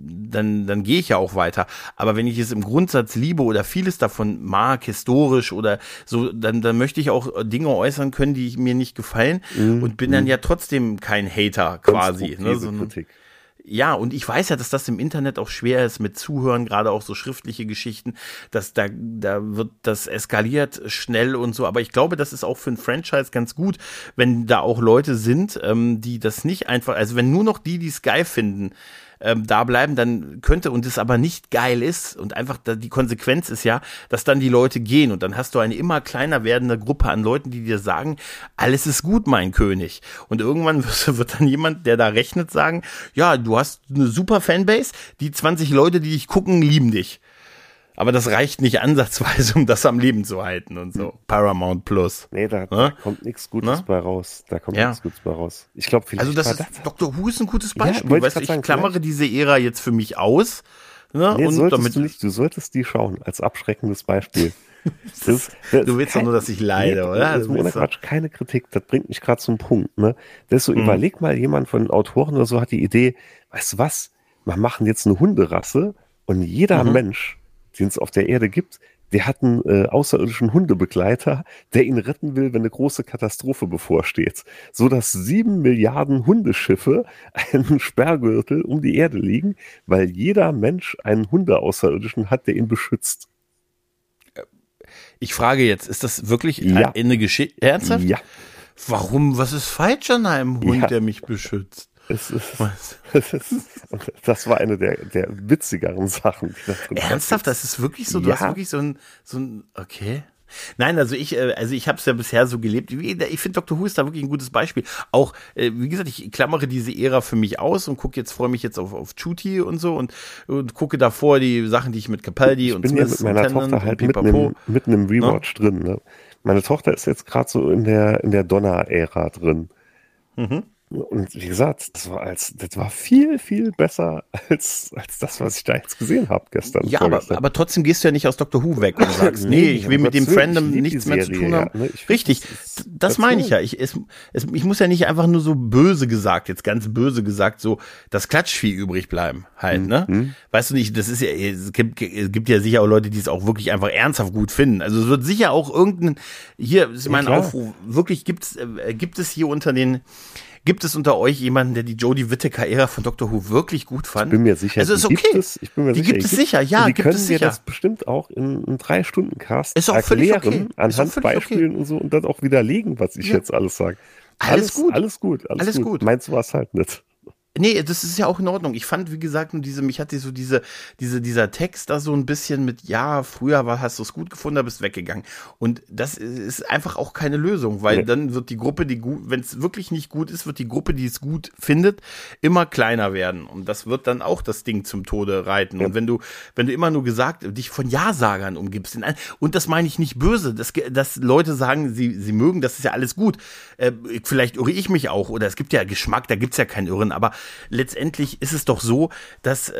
dann gehe ich ja auch weiter. Aber wenn ich es im Grundsatz liebe oder vieles davon mag, historisch oder so, dann möchte ich auch Dinge äußern können, die mir nicht gefallen und bin dann ja trotzdem kein Hater quasi. Ne, Kritik. Ja, und ich weiß ja, dass das im Internet auch schwer ist mit Zuhören, gerade auch so schriftliche Geschichten, dass da wird das eskaliert schnell und so, aber ich glaube, das ist auch für ein Franchise ganz gut, wenn da auch Leute sind, die das nicht einfach, also wenn nur noch die es geil finden, da bleiben, dann könnte, und es aber nicht geil ist und einfach die Konsequenz ist ja, dass dann die Leute gehen und dann hast du eine immer kleiner werdende Gruppe an Leuten, die dir sagen, alles ist gut, mein König. Und irgendwann wird dann jemand, der da rechnet, sagen, ja, du hast eine super Fanbase, die 20 Leute, die dich gucken, lieben dich. Aber das reicht nicht ansatzweise, um das am Leben zu halten und so. Paramount Plus. Nee, da kommt nichts Gutes bei raus. Ich glaube, vielleicht also das ist, Dr. Who ist ein gutes Beispiel. Ja, weißt du, ich klammere diese Ära jetzt für mich aus. Ne? Nee, und solltest du nicht. Du solltest die schauen, als abschreckendes Beispiel. Du willst doch nur, dass ich leide, oder? Das ist Quatsch, keine Kritik. Das bringt mich gerade zum Punkt. Ne? Das ist so, überleg mal, jemand von den Autoren oder so hat die Idee, weißt du was, wir machen jetzt eine Hunderasse und jeder Mensch, den es auf der Erde gibt, der hat einen außerirdischen Hundebegleiter, der ihn retten will, wenn eine große Katastrophe bevorsteht. So dass 7 Milliarden Hundeschiffe einen Sperrgürtel um die Erde liegen, weil jeder Mensch einen Hundeaußerirdischen hat, der ihn beschützt. Ich frage jetzt, ist das wirklich eine Geschichte? Ernsthaft? Ja. Warum? Was ist falsch an einem Hund, der mich beschützt? Das war eine der witzigeren Sachen. Ernsthaft? Das ist wirklich so? Du hast wirklich so ein, okay. Nein, also ich habe es ja bisher so gelebt. Ich finde, Dr. Who ist da wirklich ein gutes Beispiel. Auch, wie gesagt, ich klammere diese Ära für mich aus und freue mich jetzt auf Chuti und so und gucke davor die Sachen, die ich mit Capaldi und Smith mit meiner Tochter halt mitten im Rewatch drin. Ne? Meine Tochter ist jetzt gerade so in der Donna-Ära drin. Und wie gesagt, das war viel, viel besser als das, was ich da jetzt gesehen habe gestern. Ja, aber trotzdem gehst du ja nicht aus Doctor Who weg und sagst, nee, ich will mit dem Fandom nichts mehr zu tun haben. Ja, ne? Richtig, das meine ich ja. Ich muss ja nicht einfach nur so böse gesagt, jetzt ganz böse gesagt, so das Klatschvieh übrig bleiben halt, ne? Weißt du nicht, das ist ja, es gibt ja sicher auch Leute, die es auch wirklich einfach ernsthaft gut finden. Also es wird sicher auch hier ist mein Aufruf, wirklich gibt es hier Gibt es unter euch jemanden, der die Jodie Whittaker-Ära von Doctor Who wirklich gut fand? Ich bin mir sicher, also ist okay. Die gibt es sicher, ja, die können dir das bestimmt auch in 3-Stunden-Cast erklären, anhand Beispielen und so und dann auch widerlegen, was ich jetzt alles sage. Alles gut. Meinst du was halt nicht? Nee, das ist ja auch in Ordnung. Ich fand, wie gesagt, nur mich hatte so dieser Text da so ein bisschen mit, ja, früher hast du es gut gefunden, da bist weggegangen. Und das ist einfach auch keine Lösung, weil dann wird die Gruppe, wenn es wirklich nicht gut ist, wird die Gruppe, die es gut findet, immer kleiner werden. Und das wird dann auch das Ding zum Tode reiten. Ja. Und wenn du immer nur dich von Ja-Sagern umgibst, und das meine ich nicht böse, dass Leute sagen, sie mögen, das ist ja alles gut. Vielleicht irre ich mich auch, oder es gibt ja Geschmack, da gibt's ja kein Irren, aber letztendlich ist es doch so, dass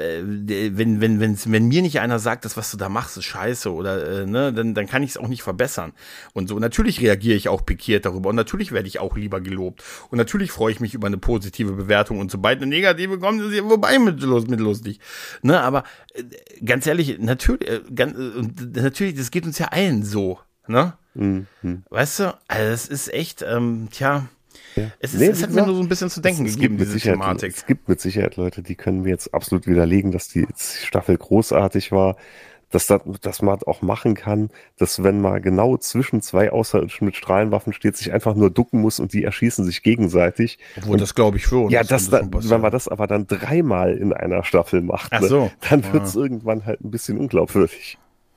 wenn mir nicht einer sagt, das, was du da machst, ist scheiße oder dann kann ich es auch nicht verbessern. Und so, natürlich reagiere ich auch pikiert darüber und natürlich werde ich auch lieber gelobt. Und natürlich freue ich mich über eine positive Bewertung und sobald eine negative kommt, ist sie vorbei mit lustig. Ne, aber ganz ehrlich, natürlich, das geht uns ja allen so. Ne? Weißt du, also das ist echt, Ja. Es hat mir nur so ein bisschen zu denken gegeben, diese Thematik. Es gibt mit Sicherheit Leute, die können mir jetzt absolut widerlegen, dass die Staffel großartig war, dass man auch machen kann, dass wenn man genau zwischen zwei Außerirdischen mit Strahlenwaffen steht, sich einfach nur ducken muss und die erschießen sich gegenseitig. Obwohl, das glaube ich schon. Ja, wenn man das aber dann 3-mal in einer Staffel macht, dann wird es irgendwann halt ein bisschen unglaubwürdig.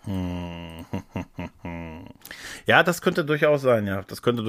Ja, das könnte durchaus sein, ja.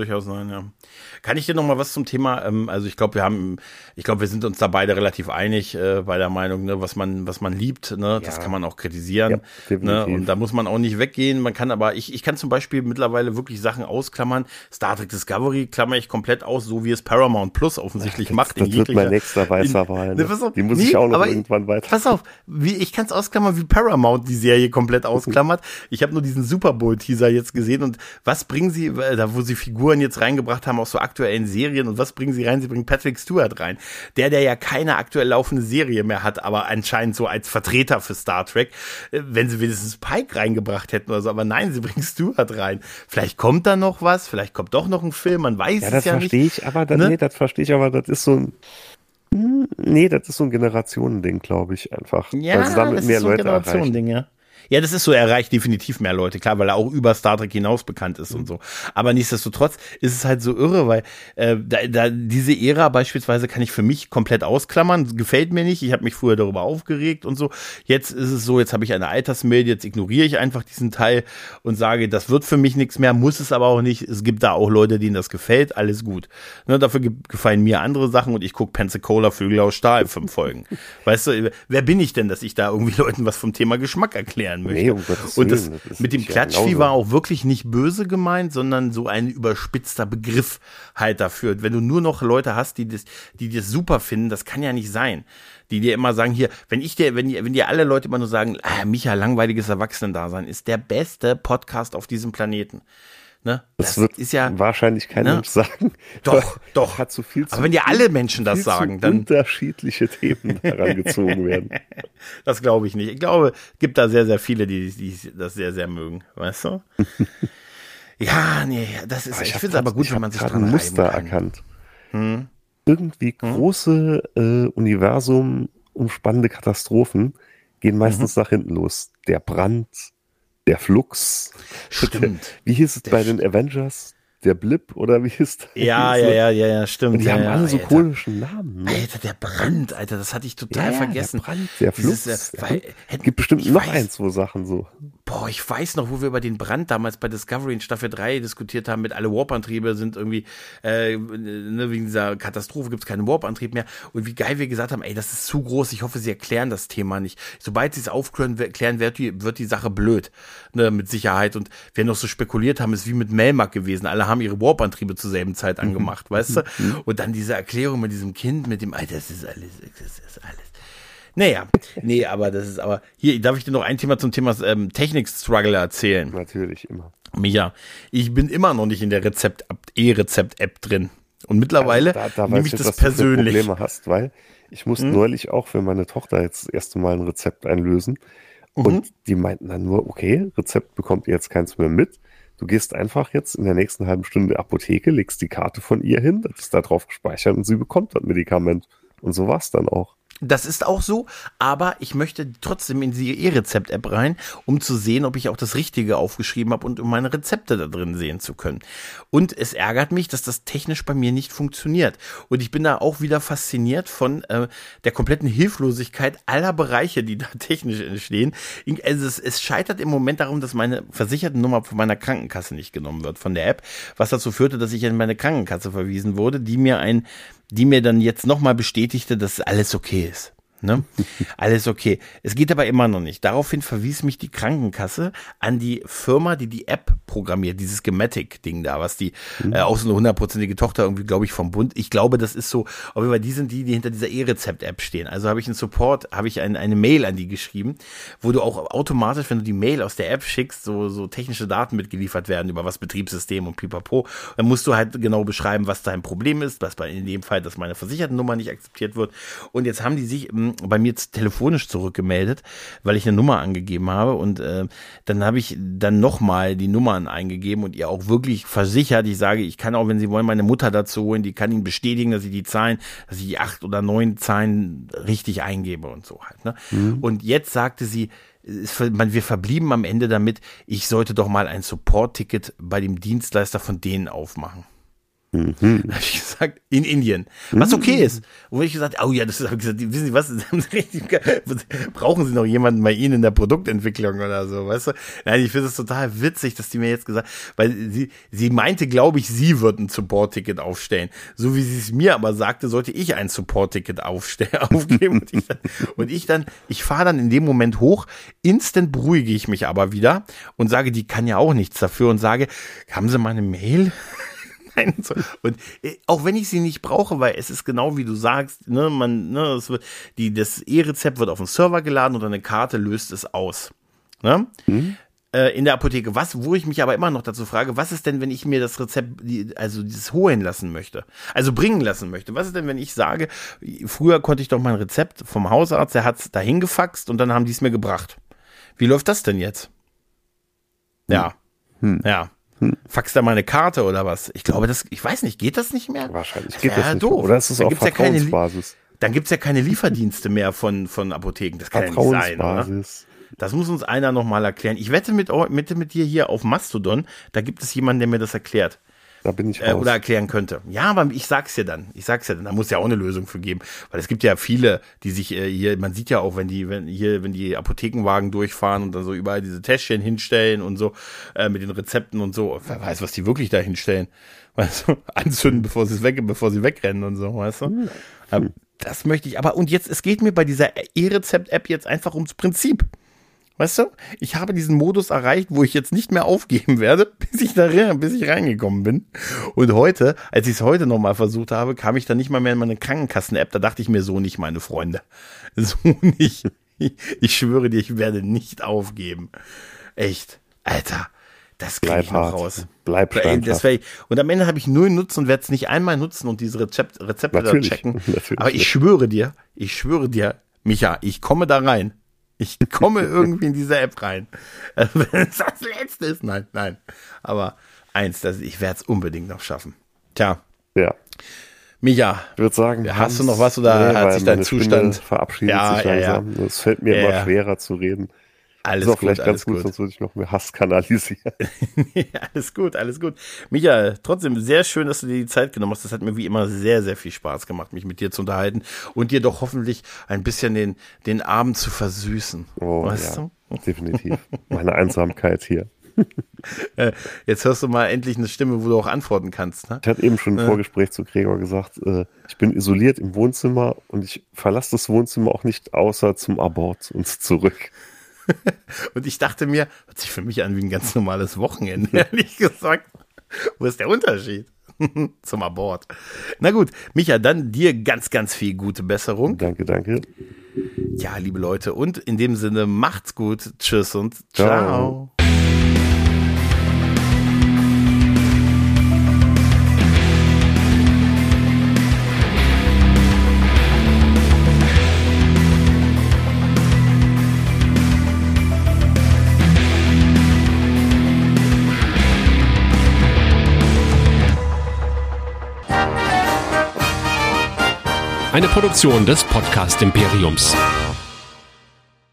Kann ich dir noch mal was zum Thema, also ich glaube, wir sind uns da beide relativ einig bei der Meinung, ne, was man liebt, ne, das kann man auch kritisieren, ne, und da muss man auch nicht weggehen, man kann aber, ich kann zum Beispiel mittlerweile wirklich Sachen ausklammern, Star Trek Discovery klammer ich komplett aus, so wie es Paramount Plus offensichtlich macht. Das wird mein nächster weißer Wahl. Ne? Die muss ich auch noch irgendwann weiter. Pass auf, ich kann es ausklammern, wie Paramount die Serie komplett ausklammert. Ich habe nur diesen Super Bowl-Teaser jetzt gesehen und was bringen sie, da wo sie Figuren jetzt reingebracht haben aus so aktuellen Serien und was bringen sie rein? Sie bringen Patrick Stewart rein. Der ja keine aktuell laufende Serie mehr hat, aber anscheinend so als Vertreter für Star Trek, wenn sie wenigstens Pike reingebracht hätten oder so, aber nein, sie bringen Stewart rein. Vielleicht kommt da noch was, vielleicht kommt doch noch ein Film, man weiß es ja nicht. Das verstehe ich, aber das ist so ein das ist so ein Generationending, glaube ich, einfach. Ja, also damit das mehr ist so ein Leute Generationending, ja. Ja, das ist so, er erreicht definitiv mehr Leute, klar, weil er auch über Star Trek hinaus bekannt ist und so. Aber nichtsdestotrotz ist es halt so irre, weil diese Ära beispielsweise kann ich für mich komplett ausklammern, gefällt mir nicht, ich habe mich früher darüber aufgeregt und so. Jetzt ist es so, jetzt habe ich eine Altersmilde, jetzt ignoriere ich einfach diesen Teil und sage, das wird für mich nichts mehr, muss es aber auch nicht. Es gibt da auch Leute, denen das gefällt, alles gut. Ne, dafür gefallen mir andere Sachen und ich gucke Pensacola, Vögel aus Stahl 5 Folgen. Weißt du, wer bin ich denn, dass ich da irgendwie Leuten was vom Thema Geschmack erklären möchte? Nee, und das mit dem Klatschvieh war auch wirklich nicht böse gemeint, sondern so ein überspitzter Begriff halt dafür. Wenn du nur noch Leute hast, die das super finden, das kann ja nicht sein. Die dir immer sagen, hier, wenn dir alle Leute immer nur sagen, Micha, langweiliges Erwachsenendasein ist der beste Podcast auf diesem Planeten. Ne? Das wird wahrscheinlich kein Mensch sagen. Doch. Hat so viel aber wenn ja alle Menschen das sagen, dann unterschiedliche Themen herangezogen werden. Das glaube ich nicht. Ich glaube, es gibt da sehr, sehr viele, die das sehr, sehr mögen. Weißt du? Ja, nee, das ist. Ich finde es aber gut, wenn man sich dran ein Muster erkannt. Irgendwie große Universum umspannende Katastrophen gehen meistens nach hinten los. Der Brand, der Flux. Stimmt. Wie hieß es bei den Avengers? Der Blip oder wie hieß das? Ja, stimmt. Und die haben alle so komischen Namen. Ne? Alter, der Brand, Alter, das hatte ich total vergessen. Der Brand, der Flux. Gibt bestimmt noch 2 Sachen so. ich weiß noch, wo wir über den Brand damals bei Discovery in Staffel 3 diskutiert haben, mit alle Warp-Antriebe sind irgendwie, wegen dieser Katastrophe gibt es keinen Warp-Antrieb mehr. Und wie geil wir gesagt haben, ey, das ist zu groß, ich hoffe, sie erklären das Thema nicht. Sobald sie es aufklären, wird die Sache blöd, ne, mit Sicherheit. Und wir noch so spekuliert haben, ist wie mit Melmac gewesen. Alle haben ihre Warp-Antriebe zur selben Zeit angemacht, weißt du? Und dann diese Erklärung mit diesem Kind, mit dem, das ist alles. Naja, nee, aber hier, darf ich dir noch ein Thema zum Thema Technik-Struggle erzählen? Natürlich, immer. Micha, ich bin immer noch nicht in der E-Rezept-App drin. Und mittlerweile nehme ich das persönlich. Du Probleme hast, weil ich musste neulich auch für meine Tochter jetzt das erste Mal ein Rezept einlösen. Und die meinten dann nur, okay, Rezept bekommt ihr jetzt keins mehr mit. Du gehst einfach jetzt in der nächsten halben Stunde in die Apotheke, legst die Karte von ihr hin, das ist da drauf gespeichert und sie bekommt das Medikament. Und so war es dann auch. Das ist auch so, aber ich möchte trotzdem in die E-Rezept-App rein, um zu sehen, ob ich auch das Richtige aufgeschrieben habe und um meine Rezepte da drin sehen zu können. Und es ärgert mich, dass das technisch bei mir nicht funktioniert. Und ich bin da auch wieder fasziniert von der kompletten Hilflosigkeit aller Bereiche, die da technisch entstehen. Also es scheitert im Moment darum, dass meine Versichertennummer von meiner Krankenkasse nicht genommen wird von der App, was dazu führte, dass ich in meine Krankenkasse verwiesen wurde, die mir dann jetzt nochmal bestätigte, dass alles okay ist. Ne? Alles okay. Es geht aber immer noch nicht. Daraufhin verwies mich die Krankenkasse an die Firma, die App programmiert, dieses Gematic-Ding da, was die auch so eine 100%ige Tochter irgendwie, glaube ich, vom Bund. Ich glaube, das ist so, auf jeden Fall, die sind die hinter dieser E-Rezept-App stehen. Also habe ich eine Mail an die geschrieben, wo du auch automatisch, wenn du die Mail aus der App schickst, so technische Daten mitgeliefert werden über was Betriebssystem und pipapo. Dann musst du halt genau beschreiben, was dein Problem ist, in dem Fall, dass meine Versichertennummer nicht akzeptiert wird. Und jetzt haben die sich bei mir telefonisch zurückgemeldet, weil ich eine Nummer angegeben habe und dann habe ich dann nochmal die Nummern eingegeben und ihr auch wirklich versichert, ich sage, ich kann auch, wenn Sie wollen, meine Mutter dazu holen, die kann Ihnen bestätigen, dass ich die Zahlen, dass ich die 8 oder 9 Zahlen richtig eingebe und so halt. Ne? Und jetzt sagte sie, wir verblieben am Ende damit, ich sollte doch mal ein Support-Ticket bei dem Dienstleister von denen aufmachen. Da habe ich gesagt, in Indien. Was okay ist. Und ich gesagt, oh ja, das habe ich gesagt, wissen Sie was, brauchen Sie noch jemanden bei Ihnen in der Produktentwicklung oder so, weißt du? Nein, ich finde es total witzig, dass die mir jetzt gesagt, weil sie meinte, glaube ich, sie wird ein Support-Ticket aufstellen. So wie sie es mir aber sagte, sollte ich ein Support-Ticket aufgeben. Und ich fahre dann in dem Moment hoch, instant beruhige ich mich aber wieder und sage, die kann ja auch nichts dafür und sage, haben Sie mal eine Mail? Und auch wenn ich sie nicht brauche, weil es ist genau wie du sagst, das E-Rezept wird auf den Server geladen und eine Karte löst es aus. Ne? In der Apotheke. Wo ich mich aber immer noch dazu frage, was ist denn, wenn ich mir das Rezept, also dieses holen lassen möchte, also bringen lassen möchte? Was ist denn, wenn ich sage, früher konnte ich doch mein Rezept vom Hausarzt, der hat es dahin gefaxt und dann haben die es mir gebracht. Wie läuft das denn jetzt? Ja. Ja. Faxt da mal eine Karte oder was? Ich glaube, ich weiß nicht, geht das nicht mehr? Wahrscheinlich geht das nicht mehr. Oder ist es auf Vertrauensbasis? Dann gibt es ja keine Lieferdienste mehr von Apotheken. Das kann ja nicht sein, oder? Das muss uns einer nochmal erklären. Ich wette mit dir hier auf Mastodon, da gibt es jemanden, der mir das erklärt. Da bin ich raus. Oder erklären könnte. Ja, aber ich sag's dir dann. Da muss ja auch eine Lösung für geben. Weil es gibt ja viele, die sich hier, man sieht ja auch, wenn die Apothekenwagen durchfahren und dann so überall diese Täschchen hinstellen und so, mit den Rezepten und so. Wer weiß, was die wirklich da hinstellen. Weißt du, anzünden, bevor sie wegrennen und so, weißt du. Das möchte ich, und jetzt, es geht mir bei dieser E-Rezept-App jetzt einfach ums Prinzip. Weißt du, ich habe diesen Modus erreicht, wo ich jetzt nicht mehr aufgeben werde, bis ich reingekommen bin. Und heute, als ich es heute nochmal versucht habe, kam ich dann nicht mal mehr in meine Krankenkassen-App. Da dachte ich mir, so nicht, meine Freunde. So nicht. Ich schwöre dir, ich werde nicht aufgeben. Echt. Alter, das kriege ich noch raus. Bleib standhaft. Und am Ende habe ich 0 Nutzen und werde es nicht einmal nutzen und diese Rezepte da checken. Aber ich schwöre dir, Micha, ich komme da rein. Ich komme irgendwie in diese App rein. Wenn es das Letzte ist. Nein. Aber ich werde es unbedingt noch schaffen. Tja. Ja. Micha. Ich würde sagen, hast du noch was oder hat sich dein Zustand verabschiedet sich langsam. Es fällt mir immer schwerer zu reden. Alles gut, vielleicht ganz gut, sonst würde ich noch mehr Hass kanalisieren. Alles gut. Micha, trotzdem sehr schön, dass du dir die Zeit genommen hast. Das hat mir wie immer sehr, sehr viel Spaß gemacht, mich mit dir zu unterhalten und dir doch hoffentlich ein bisschen den Abend zu versüßen. Oh, weißt du? Definitiv. Meine Einsamkeit hier. Jetzt hörst du mal endlich eine Stimme, wo du auch antworten kannst. Ne? Ich hatte eben schon im Vorgespräch zu Gregor gesagt, ich bin isoliert im Wohnzimmer und ich verlasse das Wohnzimmer auch nicht außer zum Abort und zurück. Und ich dachte mir, hört sich für mich an wie ein ganz normales Wochenende, ehrlich gesagt. Wo ist der Unterschied? Zum Abort. Na gut, Micha, dann dir ganz, ganz viel gute Besserung. Danke. Ja, liebe Leute, und in dem Sinne, macht's gut. Tschüss und ciao. Eine Produktion des Podcast Imperiums.